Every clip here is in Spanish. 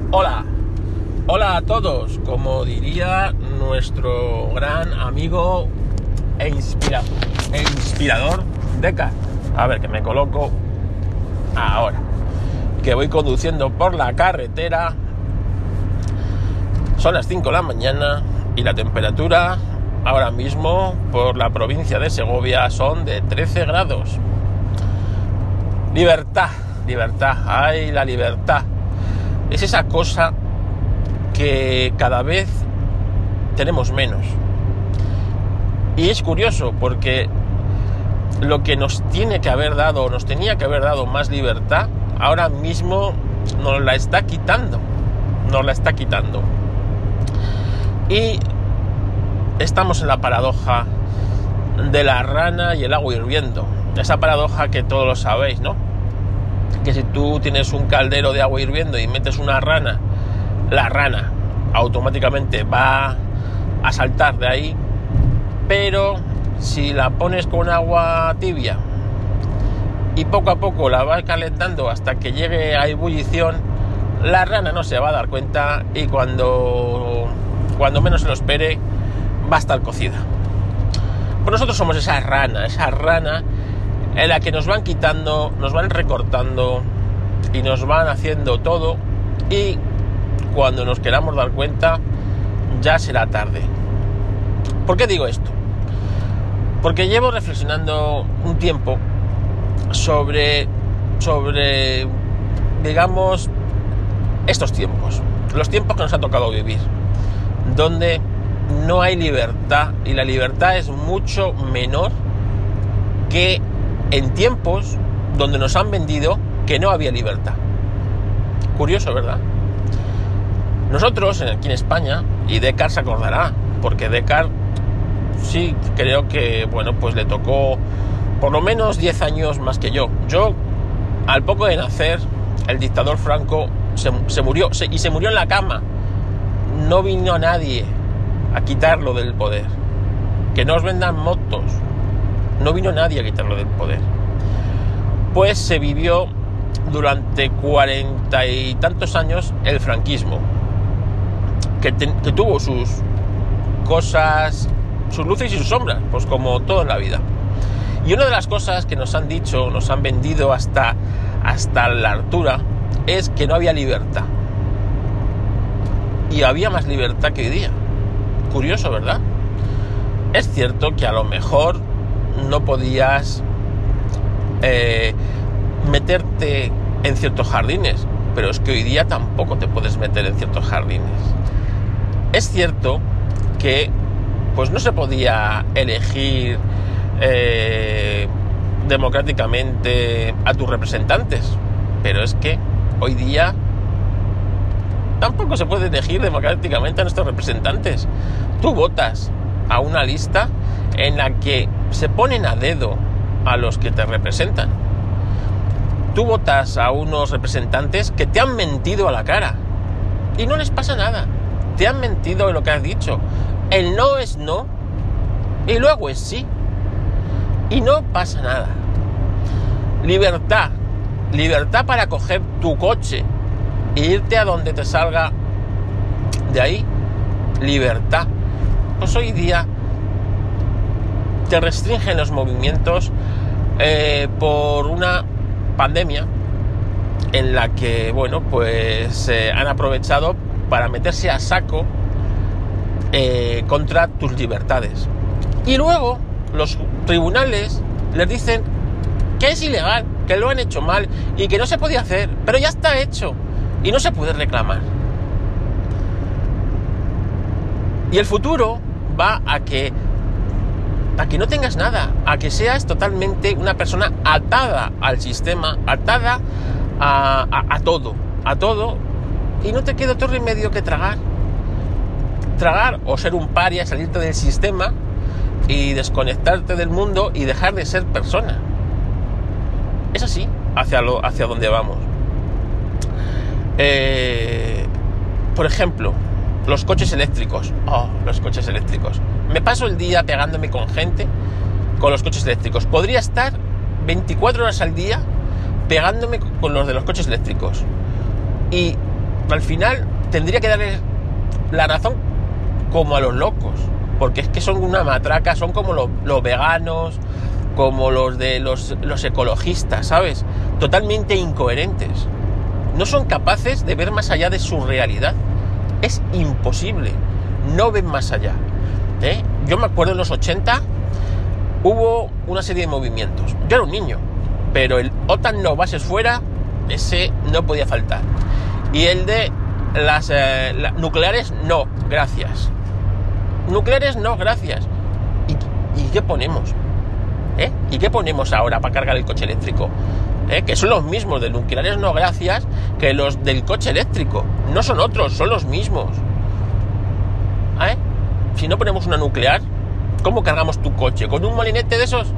Hola, hola a todos, como diría nuestro gran amigo e inspirador Descartes. A ver, que me coloco ahora, que voy conduciendo por la carretera. Son las 5 de la mañana y la temperatura ahora mismo por la provincia de Segovia son de 13 grados. Libertad, ay, la libertad. Es esa cosa que cada vez tenemos menos. Y es curioso porque lo que nos tenía que haber dado más libertad, ahora mismo nos la está quitando. Y estamos en la paradoja de la rana y el agua hirviendo. Esa paradoja que todos lo sabéis, ¿no? Que si tú tienes un caldero de agua hirviendo y metes una rana, la rana automáticamente va a saltar de ahí, pero si la pones con agua tibia y poco a poco la vas calentando hasta que llegue a ebullición, la rana no se va a dar cuenta y cuando menos se lo espere va a estar cocida. Pues nosotros somos esa rana en la que nos van quitando, nos van recortando y nos van haciendo todo, y cuando nos queramos dar cuenta ya será tarde. ¿Por qué digo esto? Porque llevo reflexionando un tiempo sobre digamos, estos tiempos, los tiempos que nos ha tocado vivir, donde no hay libertad, y la libertad es mucho menor que en tiempos donde nos han vendido que no había libertad. Curioso, ¿verdad? Nosotros, aquí en España, y Descartes se acordará, porque Descartes sí creo que, pues le tocó por lo menos 10 años más que yo. Yo, al poco de nacer, el dictador Franco se murió, y se murió en la cama. No vino nadie a quitarlo del poder. Que no os vendan motos. No vino nadie a quitarlo del poder. Pues se vivió durante 40 y tantos años el franquismo, que tuvo sus cosas, sus luces y sus sombras, pues como todo en la vida. Y una de las cosas que nos han dicho, nos han vendido hasta la altura, es que no había libertad. Y había más libertad que hoy día. Curioso, ¿verdad? Es cierto que a lo mejor no podías meterte en ciertos jardines, pero es que hoy día tampoco te puedes meter en ciertos jardines. Es cierto que pues no se podía elegir democráticamente a tus representantes, pero es que hoy día tampoco se puede elegir democráticamente a nuestros representantes. Tú votas a una lista en la que se ponen a dedo a los que te representan. Tú votas a unos representantes que te han mentido a la cara y no les pasa nada. Te han mentido en lo que has dicho. El no es no y luego es sí. Y no pasa nada. Libertad para coger tu coche e irte a donde te salga de ahí. Libertad. Pues hoy día te restringen los movimientos por una pandemia en la que, han aprovechado para meterse a saco contra tus libertades. Y luego los tribunales les dicen que es ilegal, que lo han hecho mal y que no se podía hacer, pero ya está hecho y no se puede reclamar. Y el futuro va a que no tengas nada, a que seas totalmente una persona atada al sistema, atada a todo, y no te queda otro remedio que tragar o ser un paria, salirte del sistema y desconectarte del mundo y dejar de ser persona. Es así hacia donde vamos. Por ejemplo, los coches eléctricos. Los coches eléctricos. Me paso el día pegándome con gente con los coches eléctricos. Podría estar 24 horas al día pegándome con los de los coches eléctricos. Y al final tendría que darles la razón como a los locos, porque es que son una matraca, son como los veganos, como los de los ecologistas, ¿sabes? Totalmente incoherentes. No son capaces de ver más allá de su realidad. Es imposible. No ven más allá. Yo me acuerdo en los 80 hubo una serie de movimientos. Yo era un niño, pero el OTAN no bases fuera, ese no podía faltar. Y el de las nucleares, no, gracias. Nucleares, no, gracias. ¿Y qué ponemos? ¿Y qué ponemos ahora para cargar el coche eléctrico? Que son los mismos de nucleares, no, gracias, que los del coche eléctrico. No son otros, son los mismos. Si no ponemos una nuclear, ¿cómo cargamos tu coche? ¿Con un molinete de esos?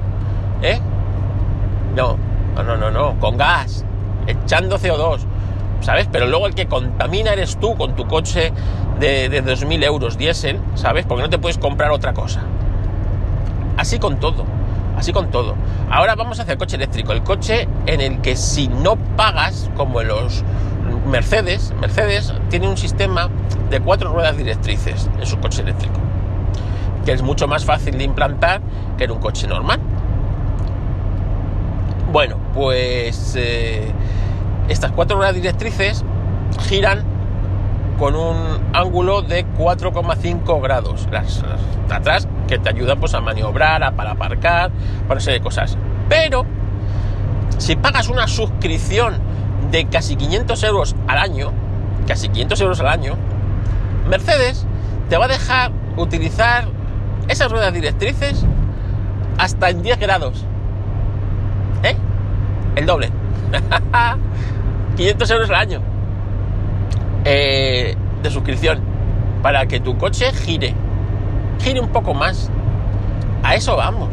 No, con gas, echando CO2, ¿sabes? Pero luego el que contamina eres tú con tu coche de 2.000 euros diésel, ¿sabes? Porque no te puedes comprar otra cosa. Así con todo. Ahora vamos hacia el coche eléctrico, el coche en el que si no pagas, como en los Mercedes tiene un sistema de 4 ruedas directrices en su coche eléctrico, que es mucho más fácil de implantar que en un coche normal. Bueno, pues estas 4 ruedas directrices giran con un ángulo de 4,5 grados. Las de atrás, que te ayudan pues a maniobrar, para aparcar, para una serie de cosas. Pero si pagas una suscripción de casi 500 euros al año, Mercedes te va a dejar utilizar esas ruedas directrices hasta en 10 grados. El doble. 500 euros al año de suscripción para que tu coche gire un poco más. A eso vamos.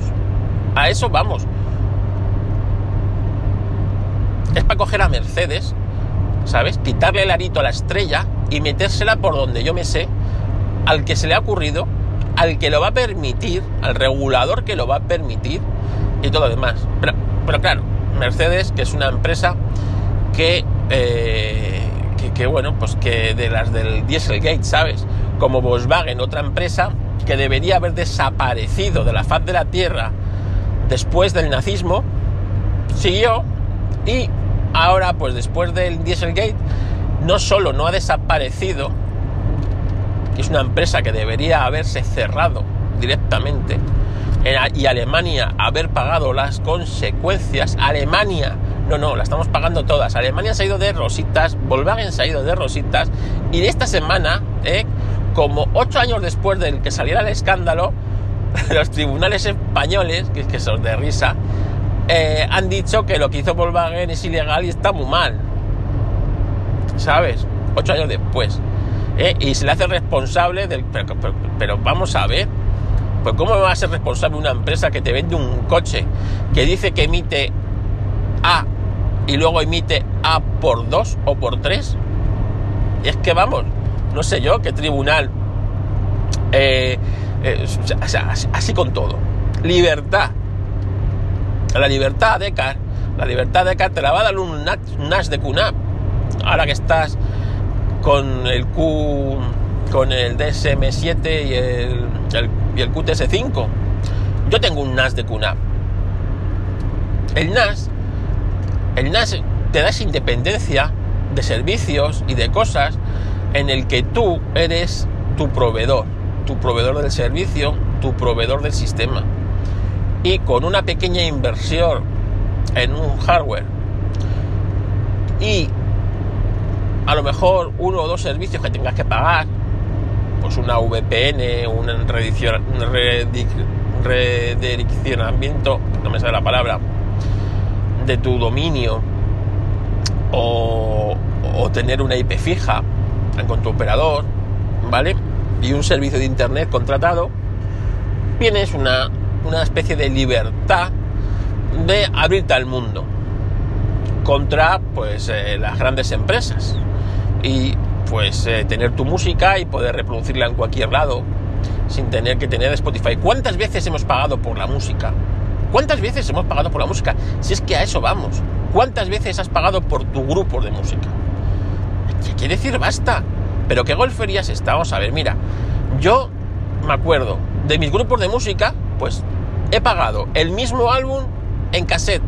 Es para coger a Mercedes, ¿sabes? Quitarle el arito a la estrella y metérsela por donde yo me sé, al que se le ha ocurrido, al que lo va a permitir, al regulador que lo va a permitir y todo lo demás. Pero claro, Mercedes, que es una empresa que bueno, pues que de las del Dieselgate, ¿sabes? Como Volkswagen, otra empresa que debería haber desaparecido de la faz de la tierra después del nazismo, siguió, y ahora, pues después del Dieselgate, no solo no ha desaparecido, que es una empresa que debería haberse cerrado directamente, y Alemania haber pagado las consecuencias. Alemania, no, la estamos pagando todas. Alemania se ha ido de rositas, Volkswagen se ha ido de rositas, y de esta semana, como 8 años después del que saliera el escándalo, los tribunales españoles, que es que son de risa, han dicho que lo que hizo Volkswagen es ilegal y está muy mal, ¿sabes? 8 años después, y se le hace responsable del... Pero vamos a ver, pues ¿cómo va a ser responsable una empresa que te vende un coche que dice que emite A y luego emite A por 2 o por 3? Y es que vamos, no sé yo qué tribunal, así con todo. Libertad. La libertad de Car te la va a dar un NAS de QNAP. Ahora que estás con el DSM7 y el QTS5. Yo tengo un NAS de QNAP. El NAS te da esa independencia de servicios y de cosas, en el que tú eres tu proveedor del servicio, tu proveedor del sistema, y con una pequeña inversión en un hardware y a lo mejor 1 o 2 servicios que tengas que pagar, pues una VPN, un redireccionamiento, no me sale la palabra, de tu dominio, o tener una IP fija con tu operador, ¿vale? Y un servicio de internet contratado, tienes una especie de libertad de abrirte al mundo contra, pues, las grandes empresas, y pues tener tu música y poder reproducirla en cualquier lado sin tener que tener Spotify. ¿Cuántas veces hemos pagado por la música? Si es que a eso vamos. ¿Cuántas veces has pagado por tu grupo de música? quiere decir basta. Pero ¿qué golfería es esta? Vamos a ver, mira, yo me acuerdo de mis grupos de música, pues he pagado el mismo álbum en cassette,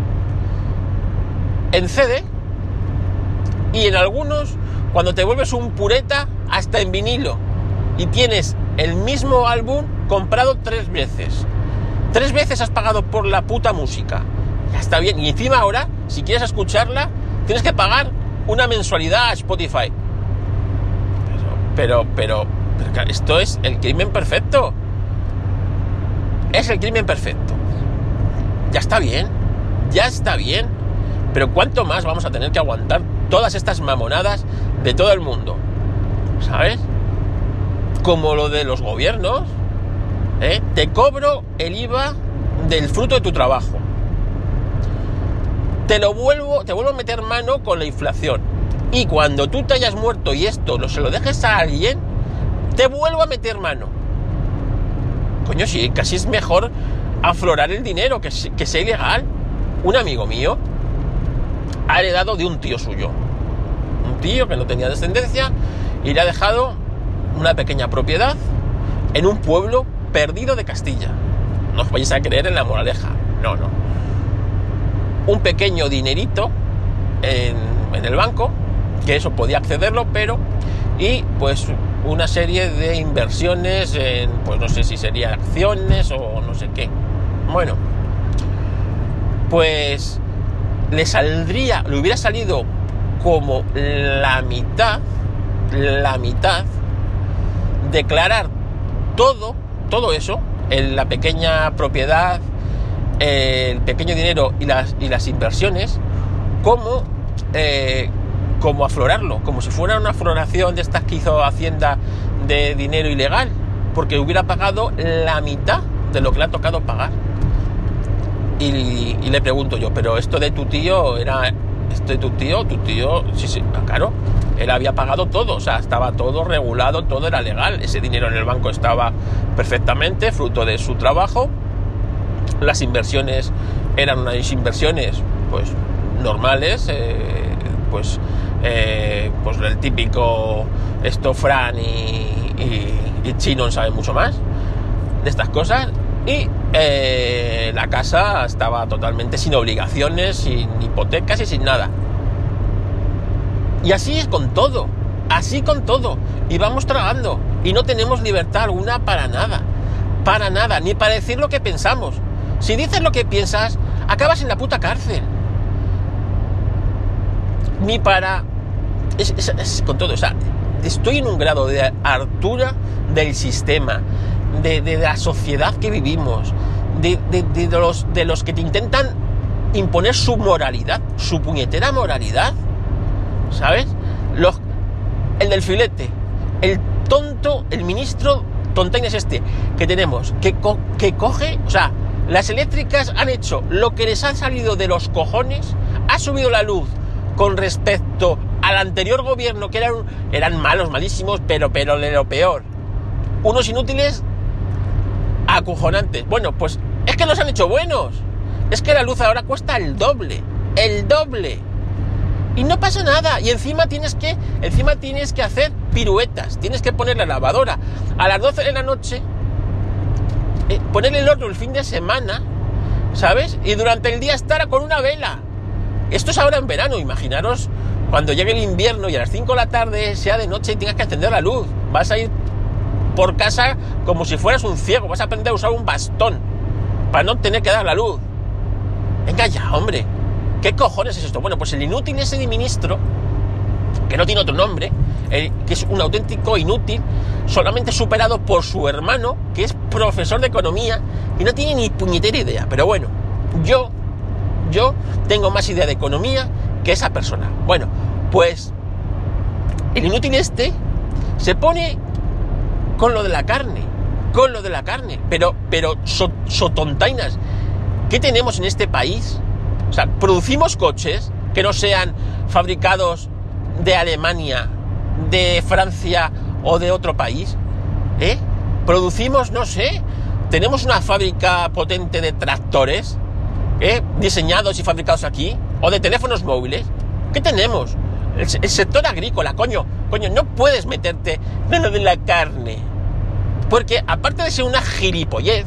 en CD, y en algunos, cuando te vuelves un pureta, hasta en vinilo, y tienes el mismo álbum comprado 3 veces. 3 veces has pagado por la puta música. Ya está bien. Y encima ahora, si quieres escucharla, tienes que pagar una mensualidad a Spotify. Pero esto es el crimen perfecto. Es el crimen perfecto. Ya está bien. Ya está bien. Pero ¿cuánto más vamos a tener que aguantar todas estas mamonadas de todo el mundo? ¿Sabes? Como lo de los gobiernos. Te cobro el IVA del fruto de tu trabajo. Te vuelvo a meter mano con la inflación. Y cuando tú te hayas muerto y esto se lo dejes a alguien, te vuelvo a meter mano. Coño, sí, casi es mejor aflorar el dinero, que sea ilegal. Un amigo mío ha heredado de un tío suyo. Un tío que no tenía descendencia y le ha dejado una pequeña propiedad en un pueblo perdido de Castilla. No os vayáis a creer en la moraleja. No. Un pequeño dinerito en el banco, que eso podía accederlo, y pues una serie de inversiones en, pues no sé si serían acciones o no sé qué. Bueno, pues le hubiera salido como la mitad, declarar todo eso, la pequeña propiedad, el pequeño dinero y las inversiones, como aflorarlo, como si fuera una afloración de estas que hizo Hacienda de dinero ilegal, porque hubiera pagado la mitad de lo que le ha tocado pagar. Y le pregunto yo, pero esto de tu tío tu tío, sí, claro, él había pagado todo, o sea, estaba todo regulado, todo era legal, ese dinero en el banco estaba perfectamente, fruto de su trabajo. Las inversiones eran unas inversiones pues normales, pues el típico Fran y Chinon saben mucho más de estas cosas. Y la casa estaba totalmente sin obligaciones, sin hipotecas y sin nada. Y así es con todo, y vamos tragando, y no tenemos libertad alguna para nada, ni para decir lo que pensamos. Si dices lo que piensas, acabas en la puta cárcel. Ni para... Es con todo, o sea, estoy en un grado de hartura del sistema, de la sociedad que vivimos, de los que te intentan imponer su moralidad, su puñetera moralidad, ¿sabes? El del filete, el tonto, el ministro tontaines que tenemos, que coge, o sea, las eléctricas han hecho lo que les ha salido de los cojones, ha subido la luz con respecto al anterior gobierno, que eran malos, malísimos, pero de lo peor. Unos inútiles acojonantes. Bueno, pues es que los han hecho buenos. Es que la luz ahora cuesta el doble. Y no pasa nada. Y encima tienes que hacer piruetas. Tienes que poner la lavadora a las 12 de la noche, poner el horno el fin de semana, ¿sabes? Y durante el día estar con una vela. Esto es ahora en verano. Imaginaros cuando llegue el invierno y a las 5 de la tarde sea de noche y tengas que encender la luz. Vas a ir por casa como si fueras un ciego. Vas a aprender a usar un bastón para no tener que dar la luz. Venga ya, hombre. ¿Qué cojones es esto? Bueno, pues el inútil ese de ministro, que no tiene otro nombre, que es un auténtico inútil, solamente superado por su hermano, que es profesor de economía y no tiene ni puñetera idea. Pero bueno, yo tengo más idea de economía que esa persona. Bueno, pues el inútil se pone con lo de la carne, pero sotontainas. ¿Qué tenemos en este país? O sea, producimos coches que no sean fabricados de Alemania, de Francia o de otro país, Producimos, no sé, tenemos una fábrica potente de tractores, diseñados y fabricados aquí, o de teléfonos móviles. ¿Qué tenemos? El sector agrícola, coño, no puedes meterte en lo de la carne. Porque aparte de ser una gilipollez,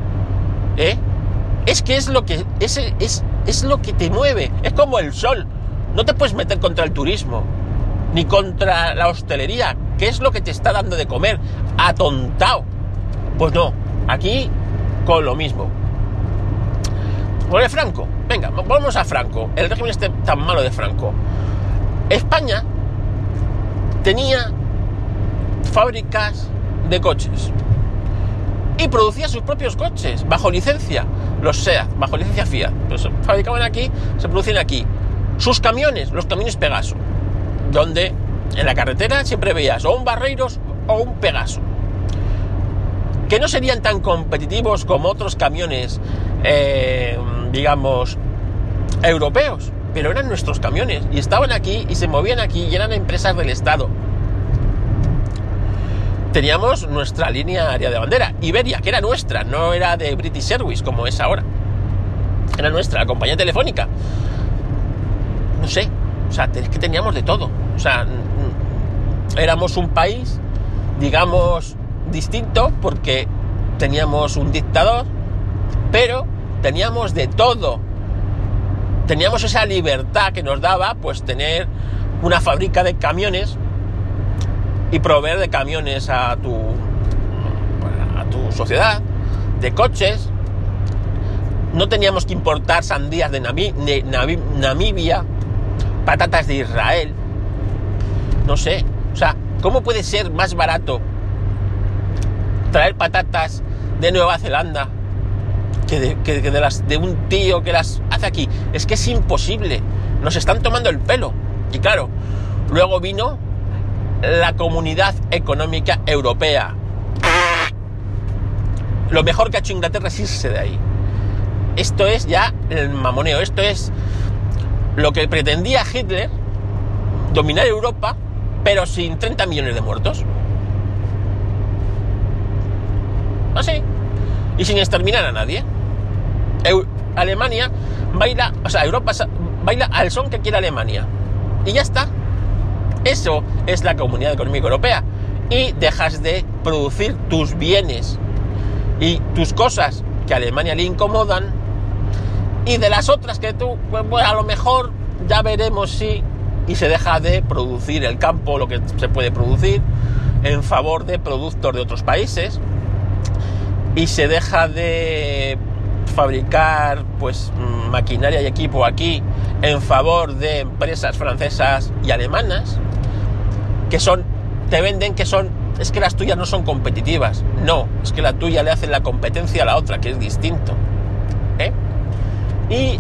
es que es lo que es lo que te mueve. Es como el sol. No te puedes meter contra el turismo, ni contra la hostelería, que es lo que te está dando de comer, atontado. Pues no, aquí con lo mismo. Por el Franco, venga, vamos a Franco, el régimen este tan malo de Franco. España tenía fábricas de coches y producía sus propios coches bajo licencia, los SEAT, bajo licencia Fiat. Pues se fabricaban aquí, se producían aquí. Sus camiones, los camiones Pegaso, donde en la carretera siempre veías o un Barreiros o un Pegaso, que no serían tan competitivos como otros camiones, digamos, europeos, pero eran nuestros camiones y estaban aquí y se movían aquí y eran empresas del Estado. Teníamos nuestra línea aérea de bandera, Iberia, que era nuestra, no era de British Airways como es ahora, era nuestra, la compañía telefónica. No sé, o sea, es que teníamos de todo. O sea, éramos un país, digamos, distinto porque teníamos un dictador, pero teníamos de todo. Teníamos esa libertad que nos daba, pues, tener una fábrica de camiones y proveer de camiones a tu sociedad, de coches. No teníamos que importar sandías de Namibia, patatas de Israel. No sé, o sea, ¿cómo puede ser más barato traer patatas de Nueva Zelanda que de un tío que las hace aquí? Es que es imposible, nos están tomando el pelo. Y claro, luego vino la Comunidad Económica Europea. Lo mejor que ha hecho Inglaterra es irse de ahí. Esto es ya el mamoneo, esto es lo que pretendía Hitler, dominar Europa, pero sin 30 millones de muertos. Así. Y sin exterminar a nadie. Alemania baila, o sea, Europa baila al son que quiere Alemania. Y ya está. Eso es la Comunidad Económica Europea. Y dejas de producir tus bienes y tus cosas que a Alemania le incomodan. Y de las otras que tú, pues a lo mejor ya veremos si... Y se deja de producir el campo, lo que se puede producir, en favor de productos de otros países. Y se deja de fabricar, pues, maquinaria y equipo aquí en favor de empresas francesas y alemanas, que te venden que es que las tuyas no son competitivas. No, es que la tuya le hace la competencia a la otra, que es distinto. Y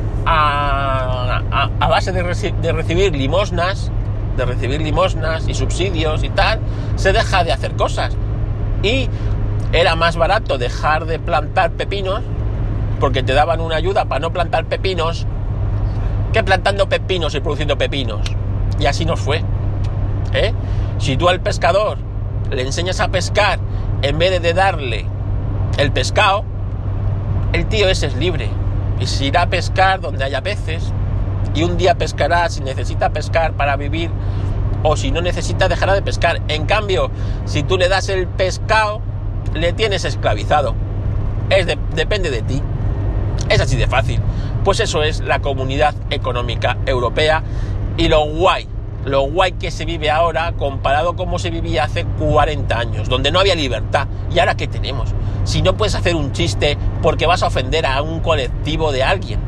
a base de recibir limosnas y subsidios y tal, se deja de hacer cosas. Y era más barato dejar de plantar pepinos, porque te daban una ayuda para no plantar pepinos, que plantando pepinos y produciendo pepinos. Y así nos fue. Si tú al pescador le enseñas a pescar en vez de darle el pescado, el tío ese es libre y se irá a pescar donde haya peces, y un día pescará si necesita pescar para vivir, o si no necesita dejará de pescar. En cambio, si tú le das el pescado, le tienes esclavizado. Depende de ti. Es así de fácil. Pues eso es la Comunidad Económica Europea, y lo guay que se vive ahora comparado con cómo se vivía hace 40 años, donde no había libertad. ¿Y ahora qué tenemos? Si no puedes hacer un chiste porque vas a ofender a un colectivo de alguien.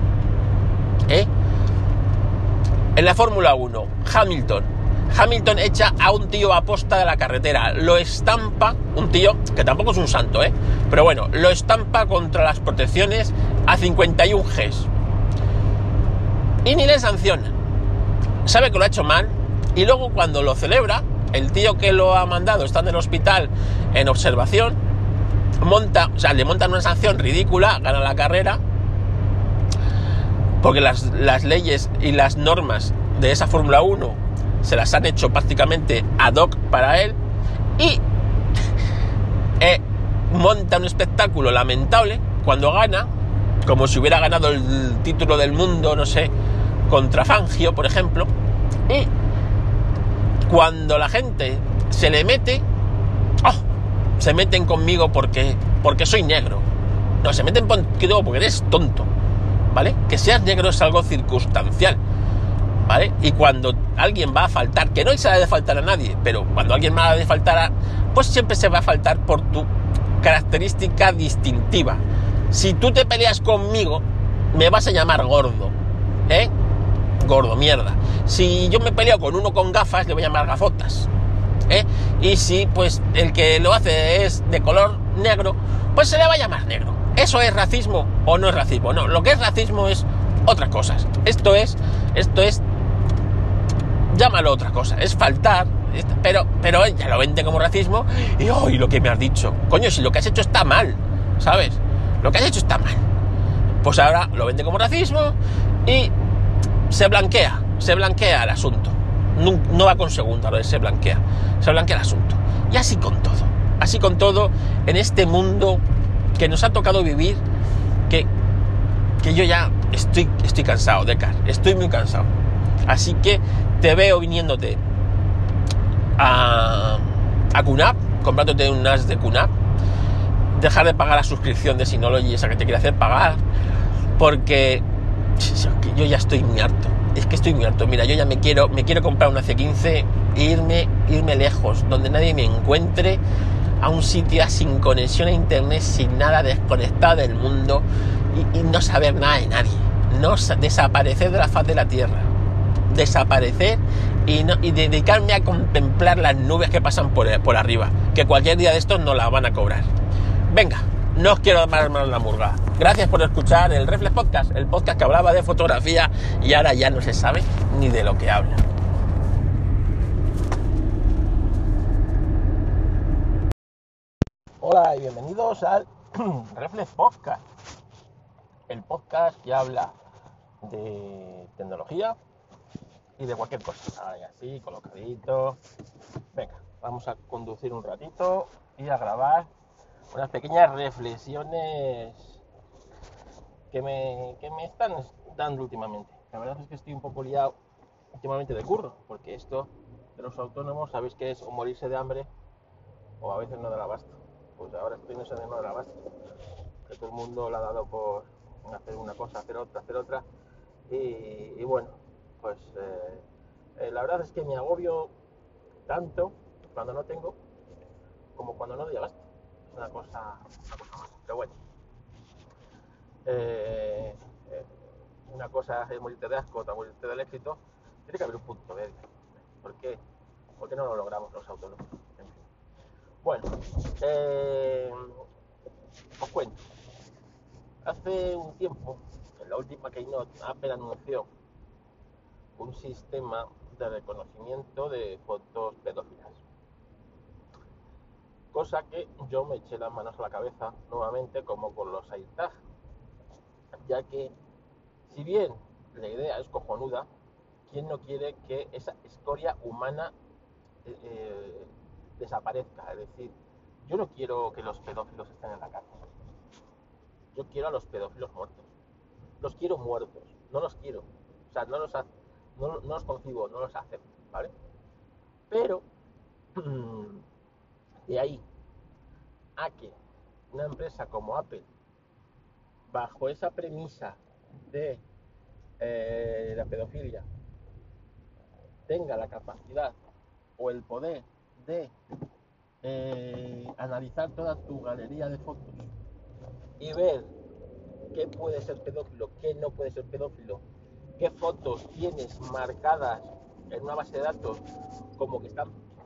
En la Fórmula 1, Hamilton echa a un tío aposta de la carretera, lo estampa, un tío que tampoco es un santo, pero bueno, lo estampa contra las protecciones a 51 Gs. Y ni le sancionan. Sabe que lo ha hecho mal, y luego cuando lo celebra, el tío que lo ha mandado está en el hospital en observación, le montan una sanción ridícula, gana la carrera, porque las leyes y las normas de esa Fórmula 1 se las han hecho prácticamente ad hoc para él, y monta un espectáculo lamentable cuando gana, como si hubiera ganado el título del mundo, no sé, contra Fangio, por ejemplo, Y cuando la gente se le mete, se meten conmigo porque soy negro. No, se meten contigo porque eres tonto, ¿vale? Que seas negro es algo circunstancial, ¿vale? Y cuando alguien va a faltar, que no se ha de faltar a nadie, pero cuando alguien va a de faltar, pues siempre se va a faltar por tu característica distintiva. Si tú te peleas conmigo, me vas a llamar gordo, gordo, mierda. Si yo me peleo con uno con gafas, le voy a llamar gafotas, y si pues el que lo hace es de color negro, pues se le va a llamar negro. ¿Eso es racismo o no es racismo? No, lo que es racismo es otras cosas. Esto es llámalo otra cosa, es faltar, pero ella lo vende como racismo. Y lo que me has dicho, coño, si lo que has hecho está mal, ¿sabes? Lo que has hecho está mal. Pues ahora lo vende como racismo y se blanquea el asunto. No va con segunda, lo de se blanquea el asunto. Y así con todo en este mundo que nos ha tocado vivir, que yo ya estoy cansado de Car, estoy muy cansado. Así que te veo viniéndote a QNAP, comprándote un NAS de QNAP, dejar de pagar la suscripción de Synology, esa que te quiere hacer pagar, porque yo ya estoy muy harto. Es que estoy muy harto. Mira, yo ya me quiero comprar una C15 e irme lejos, donde nadie me encuentre, a un sitio sin conexión a internet, sin nada, desconectado del mundo y no saber nada de nadie. No desaparecer de la faz de la tierra. Desaparecer y dedicarme a contemplar las nubes que pasan por arriba, que cualquier día de estos nos las van a cobrar. Venga, no os quiero dar más la murga. Gracias por escuchar el Reflex Podcast, el podcast que hablaba de fotografía y ahora ya no se sabe ni de lo que habla. Hola y bienvenidos al Reflex Podcast, el podcast que habla de tecnología y de cualquier cosa. Ahí así, colocadito. Venga, vamos a conducir un ratito y a grabar unas pequeñas reflexiones que me están dando últimamente. La verdad es que estoy un poco liado últimamente de curro, porque esto de los autónomos, sabéis que es o morirse de hambre o a veces no dar abasto. Pues ahora estoy en eso de no dar abasto, que todo el mundo le ha dado por hacer una cosa, hacer otra, y bueno, pues la verdad es que me agobio tanto cuando no tengo como cuando no doy abasto. Es una cosa más, pero bueno. Una cosa es morirte de asco, otra morirte del éxito. Tiene que haber un punto medio. ¿Por qué? ¿Por qué no lo logramos los autónomos? En fin. Bueno, os cuento. Hace un tiempo, en la última Keynote, Apple anunció un sistema de reconocimiento de fotos pedófilas. Cosa que yo me eché las manos a la cabeza nuevamente, como con los AirTag, ya que si bien la idea es cojonuda, ¿quién no quiere que esa escoria humana desaparezca? Es decir, yo no quiero que los pedófilos estén en la cárcel. Yo quiero a los pedófilos muertos. Los quiero muertos, no los quiero. O sea, no los concibo, no los acepto, ¿vale? Pero de ahí a que una empresa como Apple, bajo esa premisa de la pedofilia, tenga la capacidad o el poder de analizar toda tu galería de fotos y ver qué puede ser pedófilo, qué no puede ser pedófilo, qué fotos tienes marcadas en una base de datos como que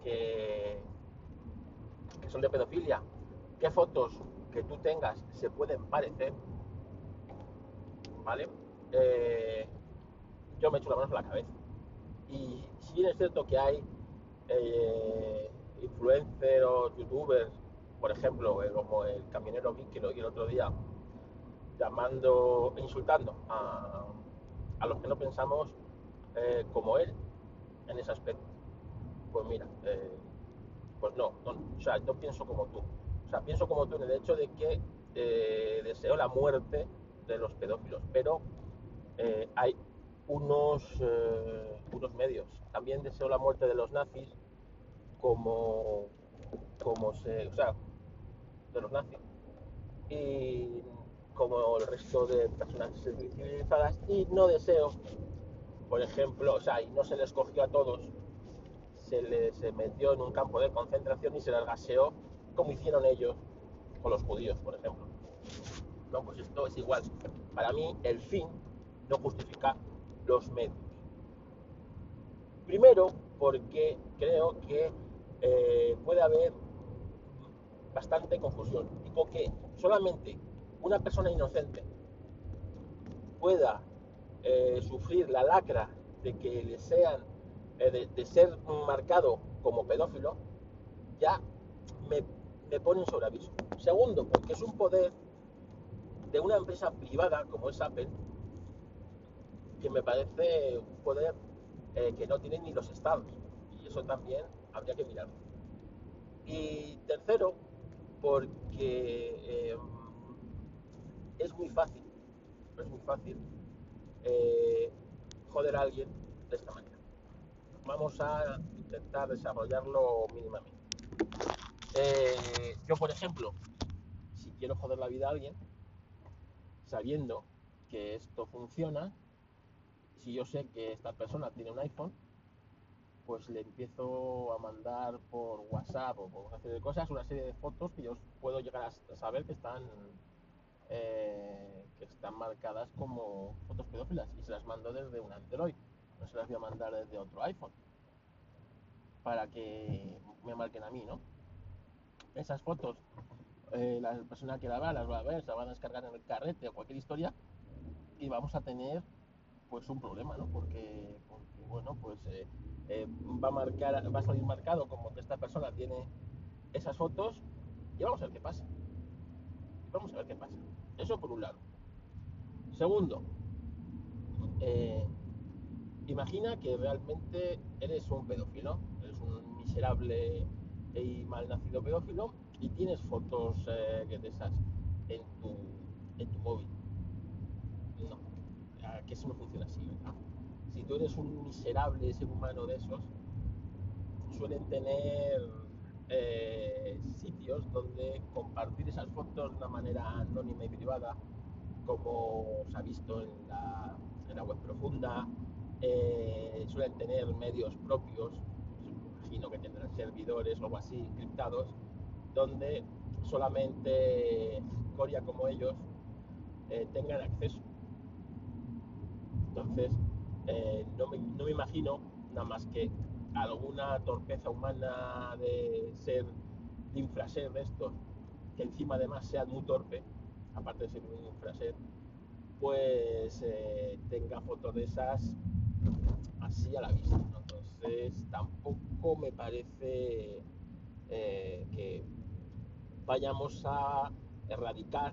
son de pedofilia, qué fotos que tú tengas se pueden parecer, ¿vale? Yo me echo la mano en la cabeza. Y si bien es cierto que hay influencers o youtubers, por ejemplo, como el camionero Vicky, lo vi el otro día, insultando a los que no pensamos como él en ese aspecto. Pues mira, pues no, o sea, no pienso como tú. O sea, pienso como tú en el hecho de que deseo la muerte de los pedófilos, pero hay unos medios. También deseo la muerte de los nazis como, o sea, de los nazis, y como el resto de personas civilizadas, y no deseo, por ejemplo, o sea, y no se les cogió a todos, se les metió en un campo de concentración y se les gaseó como hicieron ellos con los judíos, por ejemplo. No, pues esto es igual. Para mí, el fin no justifica los medios. Primero, porque creo que puede haber bastante confusión. Digo que solamente una persona inocente pueda sufrir la lacra de que le sean, de ser marcado como pedófilo, ya me, me pone en sobreaviso. Segundo, porque es un poder de una empresa privada como es Apple, que me parece un poder que no tienen ni los estados. Y eso también habría que mirarlo. Y tercero, porque es muy fácil joder a alguien de esta manera. Vamos a intentar desarrollarlo mínimamente. Yo, por ejemplo, si quiero joder la vida a alguien, sabiendo que esto funciona, si yo sé que esta persona tiene un iPhone, pues le empiezo a mandar por WhatsApp o por una serie de cosas, una serie de fotos que yo puedo llegar a saber que están marcadas como fotos pedófilas, y se las mando desde un Android, no se las voy a mandar desde otro iPhone para que me marquen a mí, ¿no? Esas fotos, la persona que la vea las va a ver, se la van a descargar en el carrete o cualquier historia, y vamos a tener pues un problema, ¿no? Porque bueno, pues va a salir marcado como que esta persona tiene esas fotos, y vamos a ver qué pasa. Vamos a ver qué pasa. Eso por un lado. Segundo, eh, imagina que realmente eres un pedófilo, eres un miserable y malnacido pedófilo, y tienes fotos de esas en tu, en tu móvil. No, que eso no funciona así, ¿verdad? Si tú eres un miserable ser humano de esos, suelen tener sitios donde compartir esas fotos de una manera anónima y privada, como se ha visto en la web profunda. Suelen tener medios propios, imagino que tendrán servidores o algo así encriptados, donde solamente Coria como ellos tengan acceso. Entonces, no me imagino nada más que alguna torpeza humana de infraser de estos, que encima además sea muy torpe, aparte de ser un infraser, pues tenga fotos de esas así a la vista, ¿no? Entonces tampoco me parece que vayamos a erradicar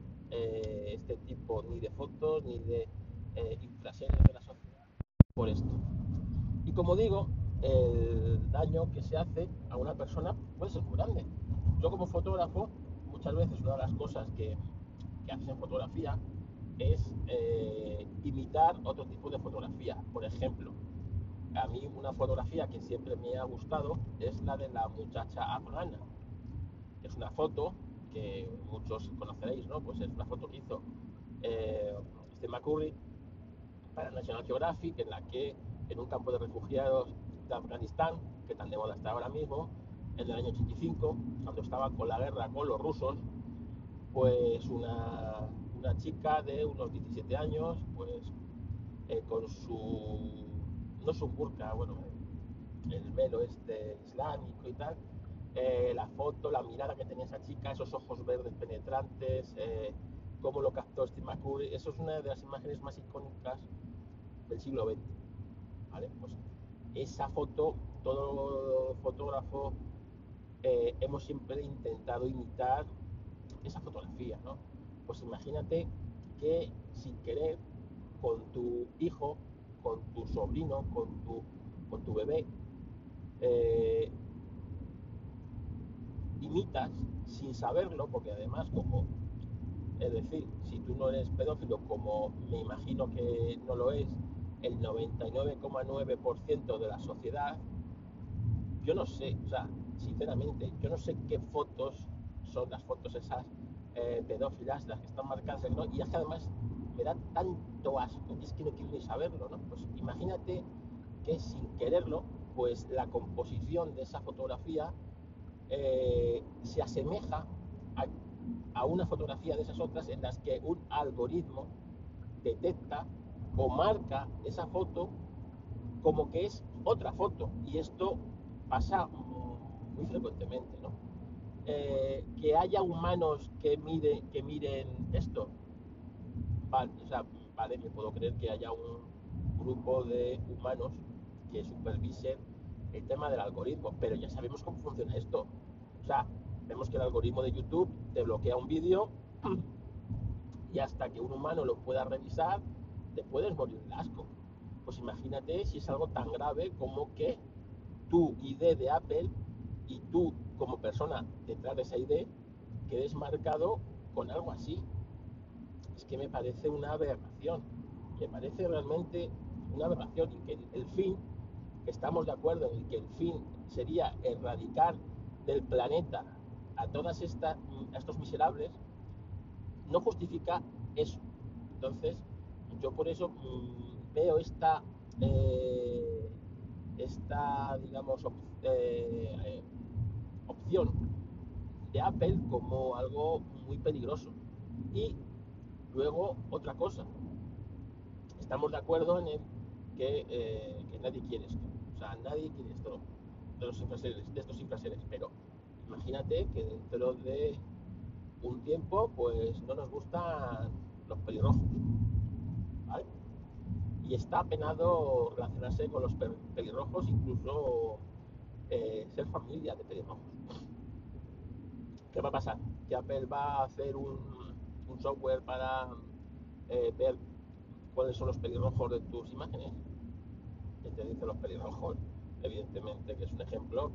este tipo ni de fotos ni de infracciones de la sociedad por esto. Y como digo, el daño que se hace a una persona puede ser muy grande. Yo como fotógrafo, muchas veces una de las cosas que haces en fotografía es imitar otro tipo de fotografía. Por ejemplo, a mí una fotografía que siempre me ha gustado es la de la muchacha afgana. Es una foto que muchos conoceréis, ¿no? Pues es una foto que hizo Steve McCurry para National Geographic, en la que en un campo de refugiados de Afganistán, que tan de moda está ahora mismo, en el año 85, cuando estaba con la guerra con los rusos, pues una chica de unos 17 años, pues con su, no es un burka, bueno, el velo este islámico y tal, la foto, la mirada que tenía esa chica, esos ojos verdes penetrantes, cómo lo captó Steve McCurry, eso es una de las imágenes más icónicas del siglo XX, ¿vale? Pues esa foto, todo fotógrafo hemos siempre intentado imitar esa fotografía, ¿no? Pues imagínate que sin querer, con tu hijo, con tu sobrino, con tu bebé, eh, imitas sin saberlo, porque además como, es decir, si tú no eres pedófilo, como me imagino que no lo es, el 99,9% de la sociedad, yo no sé, o sea, sinceramente, yo no sé qué fotos son las fotos esas pedófilas, las que están marcadas en, ¿no? Y es que además me da tanto asco, y es que no quiero ni saberlo, ¿no? Pues imagínate que sin quererlo, pues la composición de esa fotografía se asemeja a una fotografía de esas otras en las que un algoritmo detecta o marca esa foto como que es otra foto. Y esto pasa muy frecuentemente, ¿no? Que haya humanos que miren esto, vale, o sea, vale, me puedo creer que haya un grupo de humanos que supervisen el tema del algoritmo, pero ya sabemos cómo funciona esto. O sea, vemos que el algoritmo de YouTube te bloquea un vídeo y hasta que un humano lo pueda revisar, te puedes morir de asco. Pues imagínate si es algo tan grave como que tu ID de Apple y tú como persona detrás de esa ID quedes marcado con algo así. Es que me parece una aberración. Me parece realmente una aberración y que el fin, que estamos de acuerdo en que el fin sería erradicar del planeta a a estos miserables, no justifica eso. Entonces, yo por eso veo eh, digamos, opción de Apple como algo muy peligroso. Y luego, otra cosa, estamos de acuerdo en que nadie quiere esto. O sea, nadie quiere esto de estos infraseres, pero imagínate que dentro de un tiempo, pues no nos gustan los pelirrojos, ¿vale? Y está penado relacionarse con los pelirrojos, incluso ser familia de pelirrojos. ¿Qué va a pasar? Que Apple va a hacer un software para ver cuáles son los pelirrojos de tus imágenes, que te dice los pelirrojos, evidentemente, que es un ejemplo.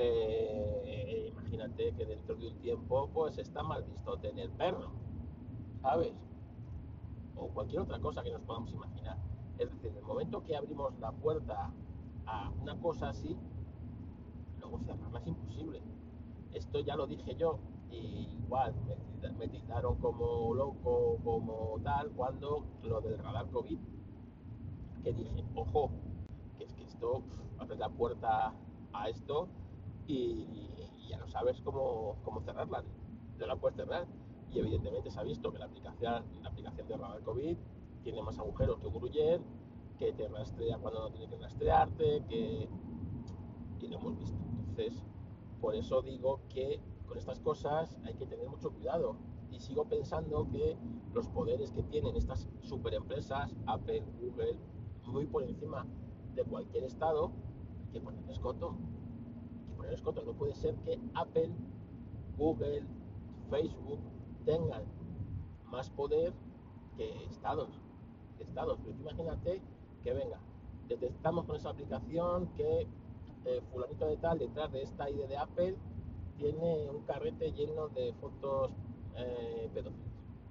Imagínate que dentro de un tiempo, pues está mal visto tener perro, ¿sabes? O cualquier otra cosa que nos podamos imaginar. Es decir, en el momento que abrimos la puerta a una cosa así, luego cerrarla es imposible. Esto ya lo dije yo, y igual me tildaron como loco, como tal, cuando lo del radar COVID, que dije, ojo, que es que esto abre la puerta a esto y ya no sabes cómo cerrarla, no la puedes cerrar. Y evidentemente se ha visto que la aplicación de radar COVID tiene más agujeros que un gruyer, que te rastrea cuando no tiene que rastrearte, y lo hemos visto. Entonces, por eso digo que con estas cosas hay que tener mucho cuidado. Y sigo pensando que los poderes que tienen estas superempresas, Apple, Google, muy por encima de cualquier estado, hay que poner escoto. Hay que poner escoto. No puede ser que Apple, Google, Facebook tengan más poder que estados. Pero tú imagínate que venga, detectamos con esa aplicación que fulanito de tal detrás de esta ID de Apple tiene un carrete lleno de fotos pedófilas.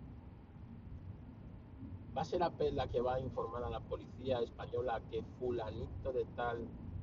¿Va a ser Apple la que va a informar a la policía española que fulanito de tal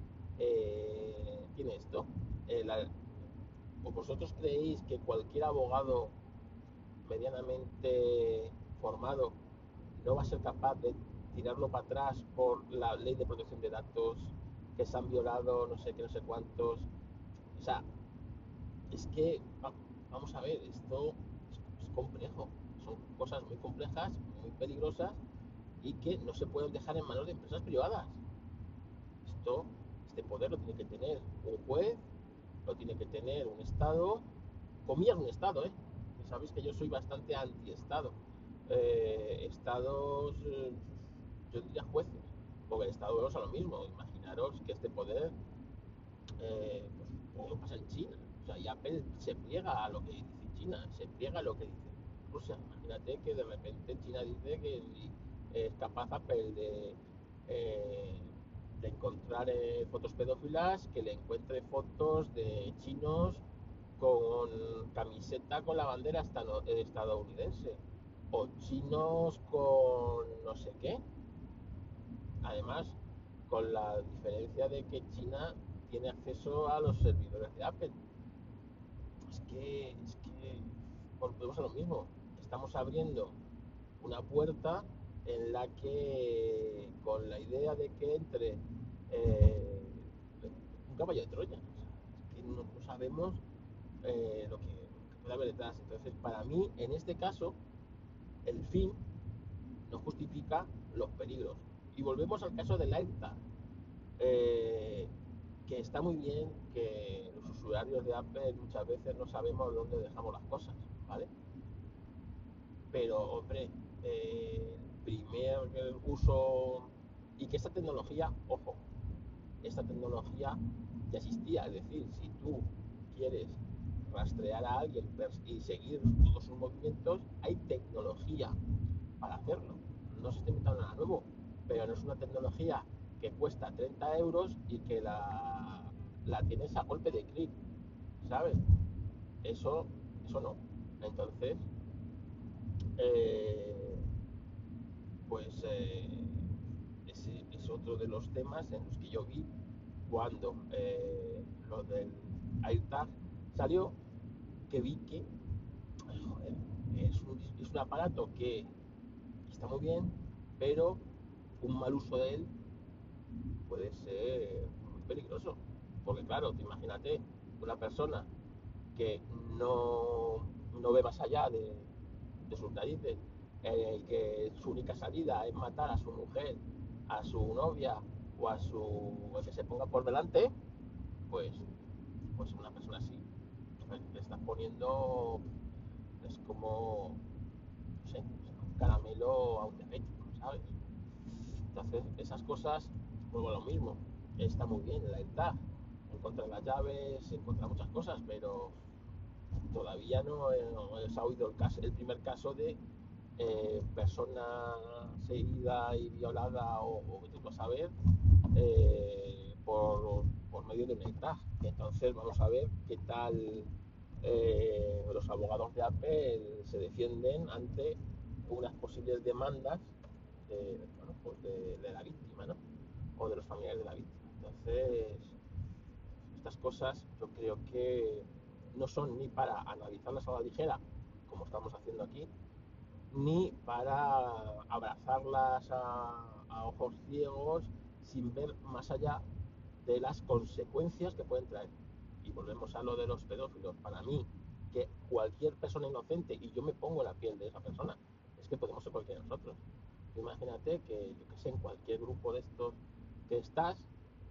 tiene esto? ¿O vosotros creéis que cualquier abogado medianamente formado no va a ser capaz de tirarlo para atrás por la ley de protección de datos, que se han violado no sé qué, no sé cuántos? O sea, es que, vamos a ver, esto es complejo, son cosas muy complejas, muy peligrosas y que no se pueden dejar en manos de empresas privadas. Esto, este poder lo tiene que tener un juez, lo tiene que tener un Estado, comillas un Estado, ¿eh? Sabéis que yo soy bastante anti-Estado. Estados, yo diría jueces, porque el Estado es a lo mismo. Imaginaros que este poder, pues, como pasa en China, o sea, y Apple se pliega a lo que dice China, se pliega a lo que dice Rusia. Imagínate que de repente China dice que es capaz Apple eh, de encontrar fotos pedófilas, que le encuentre fotos de chinos con camiseta con la bandera estadounidense, o chinos con no sé qué. Además, con la diferencia de que China tiene acceso a los servidores de Apple. Es que volvemos a lo mismo. Estamos abriendo una puerta en la que, con la idea de que entre un caballo de Troya, o sea, es que no sabemos lo que puede haber detrás. Entonces, para mí, en este caso, el fin no justifica los peligros. Y volvemos al caso del AirTag, eh, que está muy bien que los usuarios de Apple muchas veces no sabemos dónde dejamos las cosas, ¿vale? Pero, hombre, el primer uso, y que esta tecnología, ojo, esta tecnología ya existía, es decir, si tú quieres rastrear a alguien y seguir todos sus movimientos, hay tecnología para hacerlo. No se está inventando nada nuevo, pero no es una tecnología que cuesta 30 euros y que la tienes a golpe de clic, ¿sabes? Eso, eso no. Entonces, eh, pues ese es otro de los temas en los que yo vi cuando lo del AirTag salió, que vi que, joder, es un aparato que está muy bien, pero un mal uso de él puede ser muy peligroso. Porque claro, te imagínate una persona que no ve más allá de sus narices, que su única salida es matar a su mujer, a su novia o a su el que se ponga por delante, pues, pues una persona así, pues, le estás poniendo, es como, no sé, un caramelo a un diabético, ¿sabes? Entonces, esas cosas, vuelvo a lo mismo, está muy bien la edad, encontrar las llaves, encontrar muchas cosas, pero todavía no se ha oído el primer caso de persona seguida y violada o vete tú a saber por medio de un EITAG. Entonces vamos a ver qué tal los abogados de Apple se defienden ante unas posibles demandas bueno, pues de la víctima, ¿no? O de los familiares de la víctima. Entonces, estas cosas yo creo que no son ni para analizarlas a la ligera, como estamos haciendo aquí, ni para abrazarlas a ojos ciegos sin ver más allá de las consecuencias que pueden traer. Y volvemos a lo de los pedófilos. Para mí, que cualquier persona inocente, y yo me pongo en la piel de esa persona, es que podemos ser cualquiera de nosotros. Imagínate que, yo que sé, en cualquier grupo de estos que estás,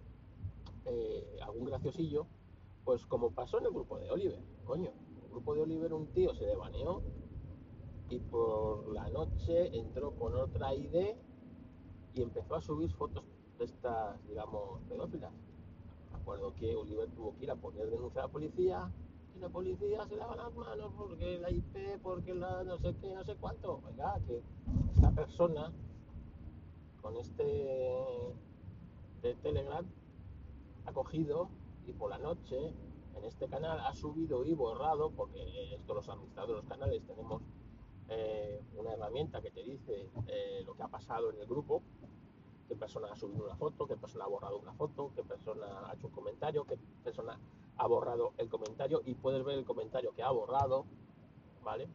algún graciosillo, pues como pasó en el grupo de Oliver, coño, en el grupo de Oliver un tío se le baneó y por la noche entró con otra ID y empezó a subir fotos de estas, digamos, pedófilas. Me acuerdo que Oliver tuvo que ir a poner denuncia a la policía y la policía se lava las manos porque la IP, porque la no sé qué, no sé cuánto. Oiga, que esta persona con de Telegram ha cogido y por la noche en este canal ha subido y borrado, porque esto los administradores de los canales tenemos una herramienta que te dice lo que ha pasado en el grupo, qué persona ha subido una foto, qué persona ha borrado una foto, qué persona ha hecho un comentario, qué persona ha borrado el comentario y puedes ver el comentario que ha borrado, ¿vale?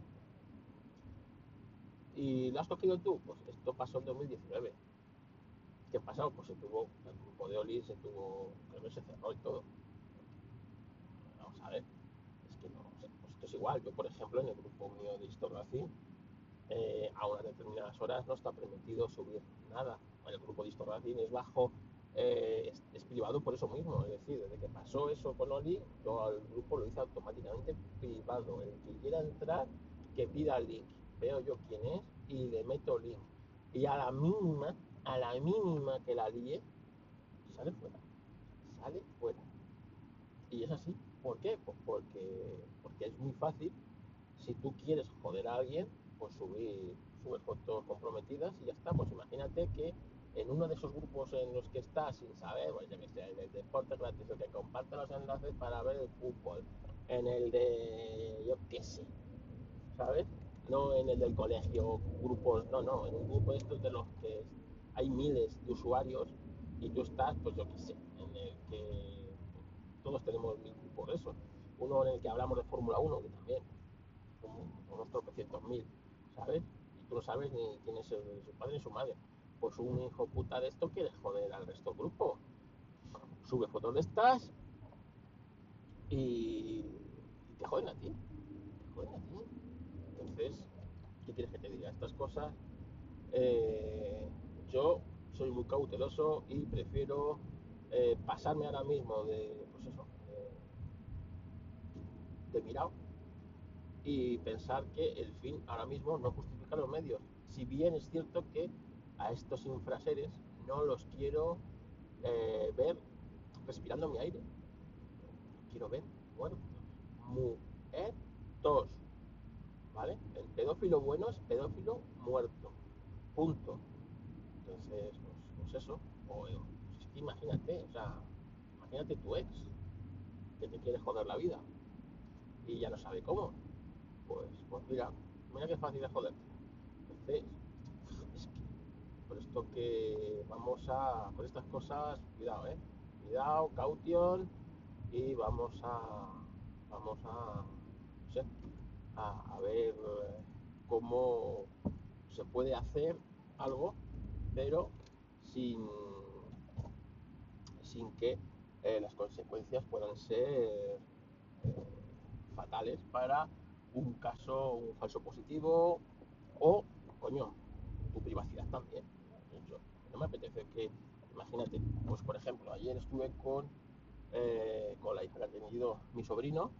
¿Y lo has cogido tú? Pues esto pasó en 2019. ¿Qué ha pasado? Pues se tuvo, el grupo de Oli se tuvo, creo que se cerró y todo. Vamos a ver, es que no sé, pues esto es igual. Yo, por ejemplo, en el grupo mío de Historracing, a unas determinadas horas no está permitido subir nada. El grupo de Historracing es bajo, es privado por eso mismo. Es decir, desde que pasó eso con Oli, yo al grupo lo hice automáticamente privado. El que quiera entrar, que pida el link. Veo yo quién es y le meto link. Y a la mínima que la líe, sale fuera. Sale fuera. Y es así. ¿Por qué? Pues porque es muy fácil. Si tú quieres joder a alguien, pues subes fotos comprometidas y ya está. Pues imagínate que en uno de esos grupos en los que estás sin saber, pues ya que sea, en el deporte gratis, el que comparte los enlaces para ver el fútbol, en el de, yo qué sé, ¿sabes? No en el del colegio, grupos, no, en un grupo de estos de los que hay miles de usuarios y tú estás, pues yo qué sé, en el que todos tenemos mil grupos de eso. Uno en el que hablamos de Fórmula 1, que también, como unos tropecientos mil, ¿sabes? Y tú no sabes ni quién es su padre ni su madre. Pues un hijo puta de esto quiere joder al resto del grupo. Sube fotos de estas y te joden a ti. Te joden a ti. Entonces, ¿qué quieres que te diga? Estas cosas, eh, yo soy muy cauteloso y prefiero pasarme ahora mismo de, pues eso, de mirado y pensar que el fin ahora mismo no justifica los medios. Si bien es cierto que a estos infraseres no los quiero ver respirando mi aire, quiero ver muertos, muertos, ¿vale? El pedófilo bueno es pedófilo muerto, punto. Entonces, pues eso, pues es que imagínate, o sea, imagínate tu ex que te quiere joder la vida y ya no sabe cómo. Pues mira qué fácil es joder. Entonces, es que por esto que por estas cosas, cuidado, cuidado, caution y no sé, a ver cómo se puede hacer algo, pero sin, sin que las consecuencias puedan ser fatales para un caso, un falso positivo o, coño, tu privacidad también. Yo, no me apetece que, imagínate, pues por ejemplo, ayer estuve con la hija que ha tenido mi sobrino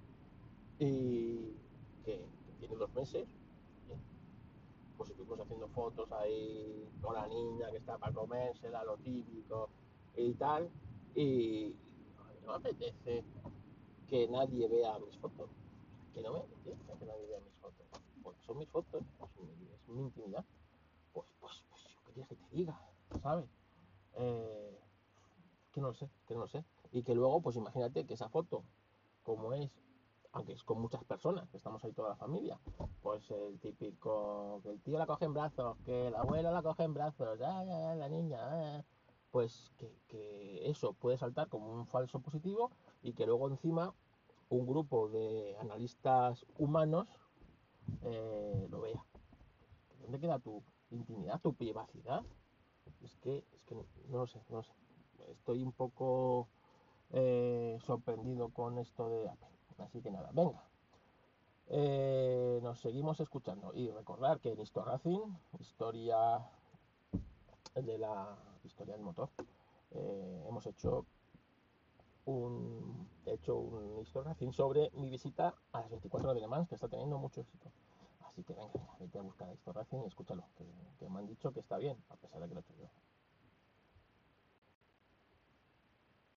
y que tiene 2 meses. ¿eh? Pues estuvimos haciendo fotos ahí con la niña que está para comérsela, lo típico y tal. Y no me apetece que nadie vea mis fotos. Que no me apetece que nadie vea mis fotos. Porque son mis fotos, es mi intimidad. Pues yo quería que te diga, ¿sabes? Eh, que no lo sé, que no lo sé. Y que luego, pues imagínate que esa foto, como es, aunque es con muchas personas, que estamos ahí toda la familia, pues el típico, que el tío la coge en brazos, que el abuelo la coge en brazos, la niña, pues que eso puede saltar como un falso positivo y que luego encima un grupo de analistas humanos lo vea. ¿Dónde queda tu intimidad, tu privacidad? Es que no lo sé, no lo sé. Estoy un poco sorprendido con esto de Apple. Así que nada, venga. Nos seguimos escuchando y recordar que en Historracing, historia del motor, hemos hecho un Historracing sobre mi visita a las 24 de Le Mans, que está teniendo mucho éxito. Así que venga, vete a buscar a Historracing y escúchalo, que me han dicho que está bien, a pesar de que lo he hecho yo.